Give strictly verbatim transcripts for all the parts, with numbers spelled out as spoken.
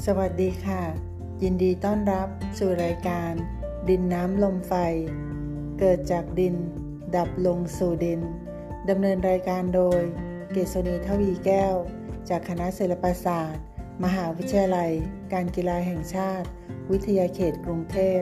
วัสดีค่ะยินดีต้อนรับสู่รายการดินน้ำลมไฟเกิดจากดินดับลงสู่ดินดำเนินรายการโดยเกษณีทวีแก้วจากคณะศิลปศาสตร์มหาวิทยาลัยการกีฬาแห่งชาติวิทยาเขตกรุงเทพ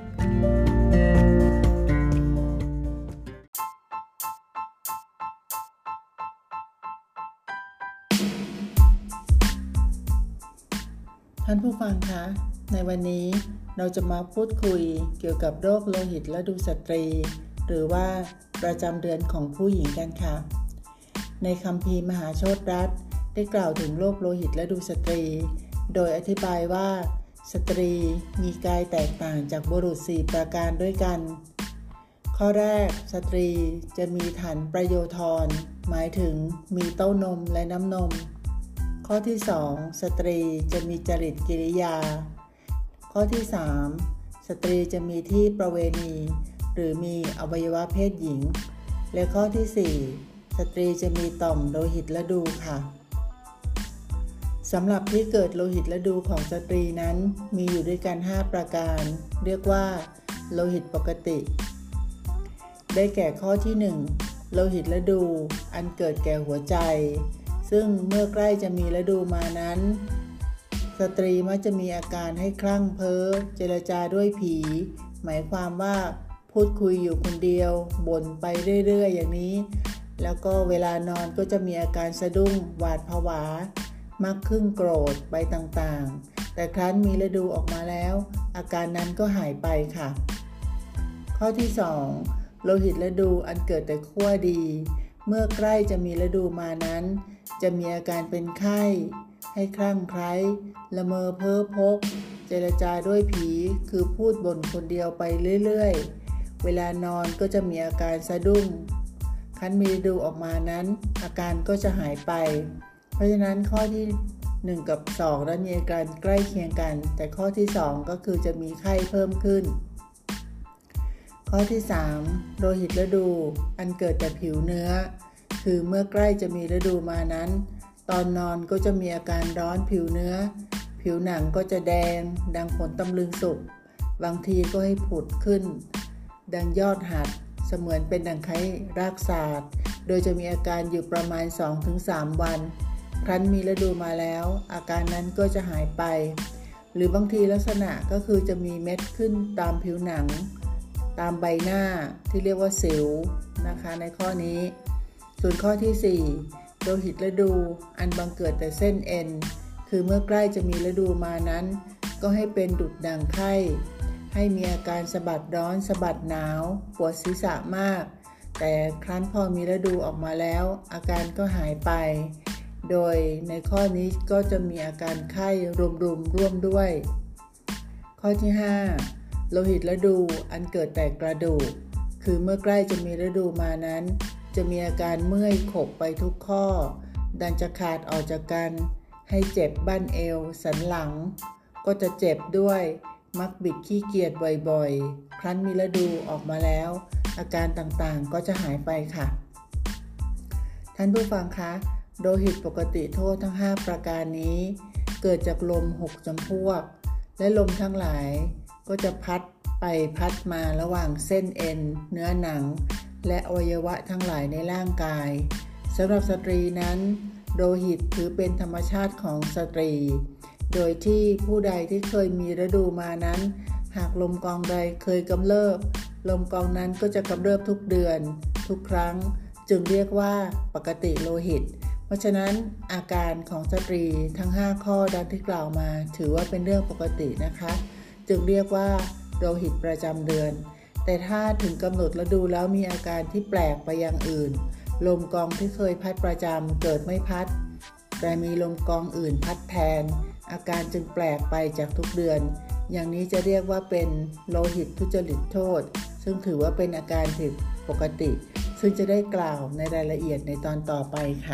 ท่านผู้ฟังคะในวันนี้เราจะมาพูดคุยเกี่ยวกับโรคโลหิตฤดูสตรีหรือว่าประจำเดือนของผู้หญิงกันค่ะในคัมภีร์มหาโชติรัตน์ได้กล่าวถึงโรคโลหิตฤดูสตรีโดยอธิบายว่าสตรีมีกายแตกต่างจากบุรุษสี่ประการด้วยกันข้อแรกสตรีจะมีฐานประโยธรหมายถึงมีเต้านมและน้ำนมข้อที่สองสตรีจะมีจริตกิริยาข้อที่สามสตรีจะมีที่ประเวณีหรือมีอวัยวะเพศหญิงและข้อที่สี่สตรีจะมีต่อมโลหิตฤดูค่ะสำหรับที่เกิดโลหิตฤดูของสตรีนั้นมีอยู่ด้วยกันห้าประการเรียกว่าโลหิตปกติได้แก่ข้อที่หนึ่งโลหิตฤดูอันเกิดแก่หัวใจซึ่งเมื่อใกล้จะมีฤดูมานั้นสตรีมักจะมีอาการให้คลั่งเพ้อเจรจาด้วยผีหมายความว่าพูดคุยอยู่คนเดียวบ่นไปเรื่อยๆอย่างนี้แล้วก็เวลานอนก็จะมีอาการสะดุ้งหวาดผวามักขึ้นโกรธไปต่างๆแต่ครั้นมีฤดูออกมาแล้วอาการนั้นก็หายไปค่ะข้อที่สองโลหิตฤดูอันเกิดแต่ขั้วดีเมื่อใกล้จะมีฤดูมานั้นจะมีอาการเป็นไข้ให้คลั่งไคล้ละเมอเพ้อพกเจรจาด้วยผีคือพูดบ่นคนเดียวไปเรื่อยๆเวลานอนก็จะมีอาการสะดุ้งคันมีฤดูออกมานั้นอาการก็จะหายไปเพราะฉะนั้นข้อที่หนึ่งกับสองนั้นมีอาการใกล้เคียงกันแต่ข้อที่สองก็คือจะมีไข้เพิ่มขึ้นข้อที่สามโลหิตฤดูอันเกิดแต่ผิวเนื้อคือเมื่อใกล้จะมีฤดูมานั้นตอนนอนก็จะมีอาการร้อนผิวเนื้อผิวหนังก็จะแดงดังผลตำลึงสุกบางทีก็ให้ผุดขึ้นดังยอดหัดเสมือนเป็นดังไข้รากศาสตร์โดยจะมีอาการอยู่ประมาณ สองถึงสาม วันครั้นมีฤดูมาแล้วอาการนั้นก็จะหายไปหรือบางทีลักษณะก็คือจะมีเม็ดขึ้นตามผิวหนังตามใบหน้าที่เรียกว่าสิวนะคะในข้อนี้ส่วนข้อที่สี่โลหิตฤดูอันบังเกิดแต่เส้นเอ็นคือเมื่อใกล้จะมีฤดูมานั้นก็ให้เป็นดุจดั่งไข้ให้มีอาการสะบัดร้อนสะบัดหนาวปวดศีรษะมากแต่ครั้นพอมีฤดูออกมาแล้วอาการก็หายไปโดยในข้อนี้ก็จะมีอาการไข้รวมๆร่วมด้วยข้อที่ห้าโลหิตฤดูอันเกิดแต่กระดูกคือเมื่อใกล้จะมีฤดูมานั้นจะมีอาการเมื่อยขบไปทุกข้อดันจะขาดออกจากกันให้เจ็บบั้นเอวสันหลังก็จะเจ็บด้วยมักบิดขี้เกียจบ่อยๆครั้นมีฤดูออกมาแล้วอาการต่างๆก็จะหายไปค่ะท่านผู้ฟังคะโลหิตปกติโทษทั้งห้าประการนี้เกิดจากลมหกจำพวกและลมทั้งหลายก็จะพัดไปพัดมาระหว่างเส้นเอ็นเนื้อหนังและอวัยวะทั้งหลายในร่างกายสำหรับสตรีนั้นโลหิตถือเป็นธรรมชาติของสตรีโดยที่ผู้ใดที่เคยมีฤดูมานั้นหากลมกองใดเคยกำเริบลมกองนั้นก็จะกำเริบทุกเดือนทุกครั้งจึงเรียกว่าปกติโลหิตเพราะฉะนั้นอาการของสตรีทั้งห้าข้อดังที่กล่าวมาถือว่าเป็นเรื่องปกตินะคะจึงเรียกว่าโลหิตประจำเดือนแต่ถ้าถึงกำหนดฤดูแล้วมีอาการที่แปลกไปอย่างอื่นลมกองที่เคยพัดประจำเกิดไม่พัดแต่มีลมกองอื่นพัดแทนอาการจึงแปลกไปจากทุกเดือนอย่างนี้จะเรียกว่าเป็นโลหิตทุจริตโทษซึ่งถือว่าเป็นอาการผิดปกติซึ่งจะได้กล่าวในรายละเอียดในตอนต่อไปค่ะ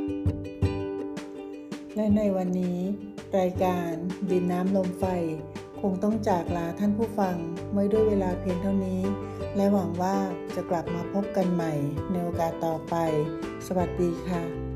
และในวันนี้รายการดินน้ำลมไฟคงต้องจากลาท่านผู้ฟังไว้ด้วยเวลาเพียงเท่านี้และหวังว่าจะกลับมาพบกันใหม่ในโอกาสต่อไปสวัสดีค่ะ